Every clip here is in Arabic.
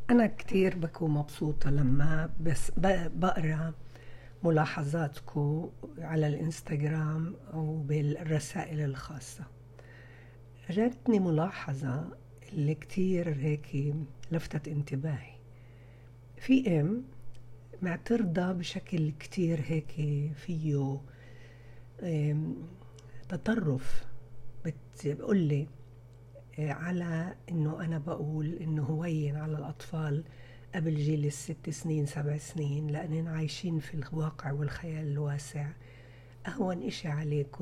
أنا كتير بكون مبسوطة لما بس بقرأ ملاحظاتكم على الإنستغرام أو بالرسائل الخاصة. جاتني ملاحظة اللي كتير هيك لفتت انتباهي. في معترضة بشكل كتير هيك فيه أم، تطرف. بتقولي على انه انا بقول انه هوين على الاطفال قبل جيل ال6 سنين 7 سنين لاننا عايشين في الواقع والخيال الواسع. اهون اشي عليكم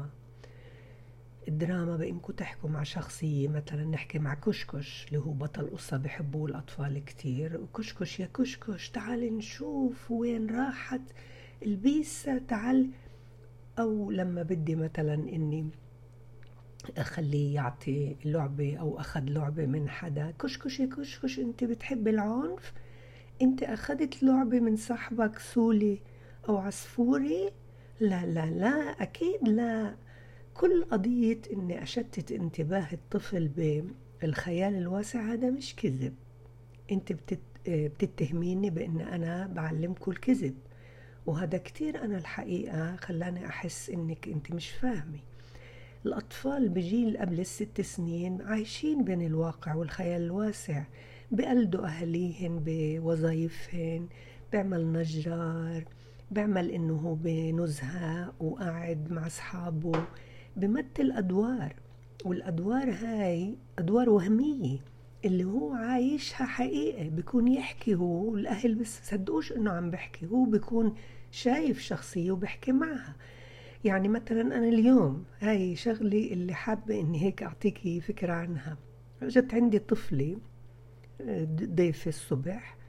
الدراما بانكم تحكوا مع شخصية، مثلا نحكي مع كشكش اللي هو بطل قصة بحبوه الاطفال كتير، وكشكش يا كشكش تعال نشوف وين راحت البيسة تعال. او لما بدي مثلا اني اخليه يعطي لعبة او اخذ لعبة من حدا، كشكش يا كشكش انت بتحب العنف، انت اخذت لعبة من صاحبك سولي او عصفوري. لا لا لا اكيد لا. كل قضية اني اشتت انتباه الطفل بالخيال الواسع هذا مش كذب. انت بتتهميني بان انا بعلمكم الكذب، وهذا كتير انا الحقيقة خلاني احس انك انت مش فاهمي. الأطفال بجيل قبل ال6 سنين عايشين بين الواقع والخيال الواسع، بقلدوا أهليهن بوظايفهن، بيعمل نجار، بيعمل إنه هو بنزهة وقاعد مع أصحابه، بمثل أدوار. والأدوار هاي أدوار وهمية، اللي هو عايشها حقيقة. بيكون يحكي هو، الأهل بس صدقوش إنه عم بحكي، هو بيكون شايف شخصية وبحكي معها. يعني مثلا أنا اليوم هاي شغلي اللي حابة إني هيك أعطيكي فكرة عنها. جت عندي طفلة ضيفة الصبح،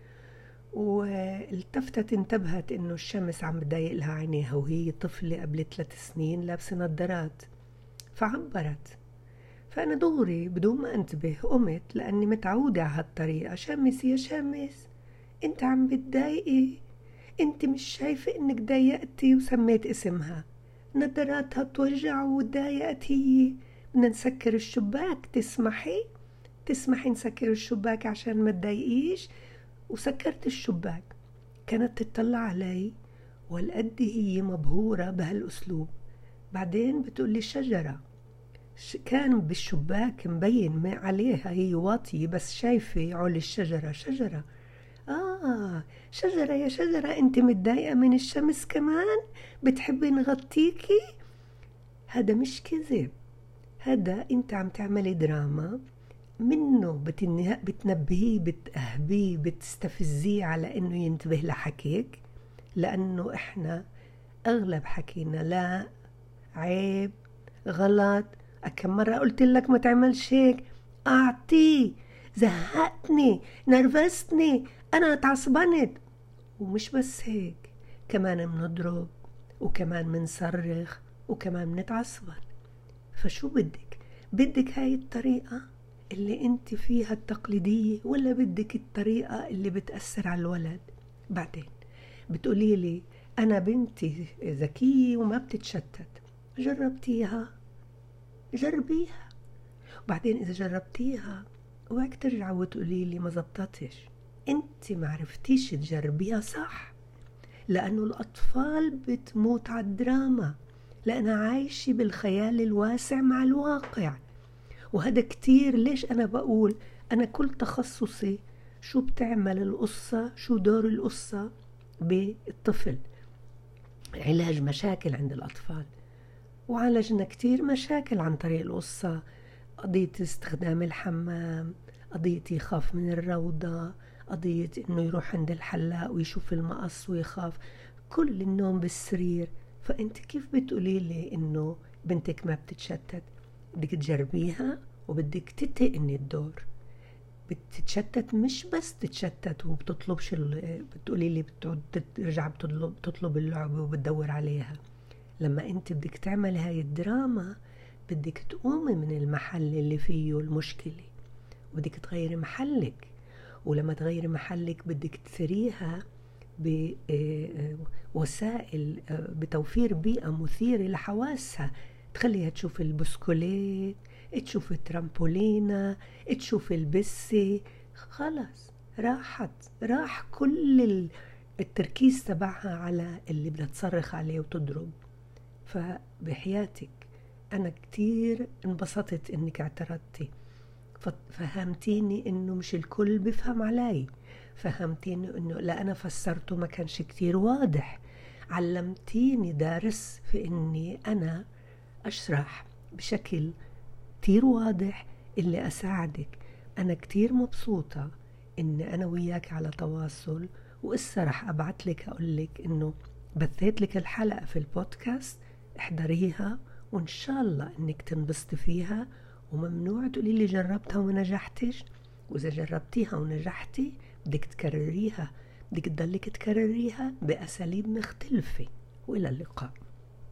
والتفتت انتبهت إنه الشمس عم بضايق لها عينيها، وهي طفلة قبل 3 سنين لابسة نظارات. فعبرت، فأنا دغري بدون ما انتبه قمت لأني متعودة على هالطريقة. شمس يا شمس، انت عم بتضايقي، انت مش شايفة انك ضايقتي، وسميت اسمها. نظراتها توجع وتضايقت هي. بدنا نسكر الشباك، تسمحي نسكر الشباك عشان ما تضايقيش. وسكرت الشباك. كانت تطلع علي والقد هي مبهورة بهالأسلوب. بعدين بتقولي الشجرة، كان بالشباك مبين ما عليها، هي واطية بس شايفة عول الشجرة. شجرة، شجرة يا شجرة، انت متضايقة من الشمس كمان؟ بتحبي نغطيكي؟ هذا مش كذب، هذا انت عم تعملي دراما منه. بتنبهيه، بتأهبيه، بتستفزيه على انه ينتبه لحكيك. لانه احنا اغلب حكينا لا، عيب، غلط. كم مرة قلت لك ما تعملش هيك؟ اعطيه، زهقتني، نرفزتني، انا اتعصبنت. ومش بس هيك، كمان منضرب، وكمان منصرخ، وكمان منتعصبن. فشو بدك هاي الطريقة اللي انت فيها التقليدية، ولا بدك الطريقة اللي بتأثر على الولد؟ بعدين بتقولي لي انا بنتي ذكية وما بتتشتت. جربتيها؟ جربيها. وبعدين اذا جربتيها اوعك ترجعي وتقولي لي ما زبطتش. انت ما عرفتيش تجربيها صح، لانه الاطفال بتموت على الدراما، لانها عايشة بالخيال الواسع مع الواقع. وهذا كتير. ليش انا بقول انا كل تخصصي شو بتعمل القصة، شو دور القصة بالطفل. علاج مشاكل عند الأطفال، وعالجنا كتير مشاكل عن طريق القصة. قضية استخدام الحمام، قضية يخاف من الروضة، قضية انه يروح عند الحلاق ويشوف المقص ويخاف، كل النوم بالسرير. فانت كيف بتقولي لي انه بنتك ما بتتشتت؟ بدك تجربيها وبدك تتقني الدور. بتتشتت، مش بس تتشتت وبتطلبش بتقولي لي بتقعد ترجع بتطلب اللعبة وبتدور عليها. لما انت بدك تعمل هاي الدراما بدك تقومي من المحل اللي فيه المشكلة، وبدك تغيري محلك. ولما تغيري محلك بدك تثريها بوسائل، بتوفير بيئة مثيرة لحواسها، تخليها تشوف البسكوليت، تشوف الترامبولينة، تشوف البسة. خلص راح كل التركيز تبعها على اللي بدها تصرخ عليه وتضرب. فبحياتك أنا كتير انبسطت إنك اعترضتي، فهمتيني إنه مش الكل بفهم علي، فهمتيني إنه لا أنا فسرته ما كانش كتير واضح، علمتيني درس في إني أنا أشرح بشكل كتير واضح اللي أساعدك. أنا كتير مبسوطة إني أنا وياك على تواصل، وإسا رح أبعت لك أقول لك إنه بثيت لك الحلقة في البودكاست، احضريها وإن شاء الله إنك تنبسطي فيها، وممنوع تقولي لي جربتها وما نجحتش. وإذا جربتيها ونجحتي بدك تكرريها، بدك تضلك تكرريها بأساليب مختلفة. وإلى اللقاء.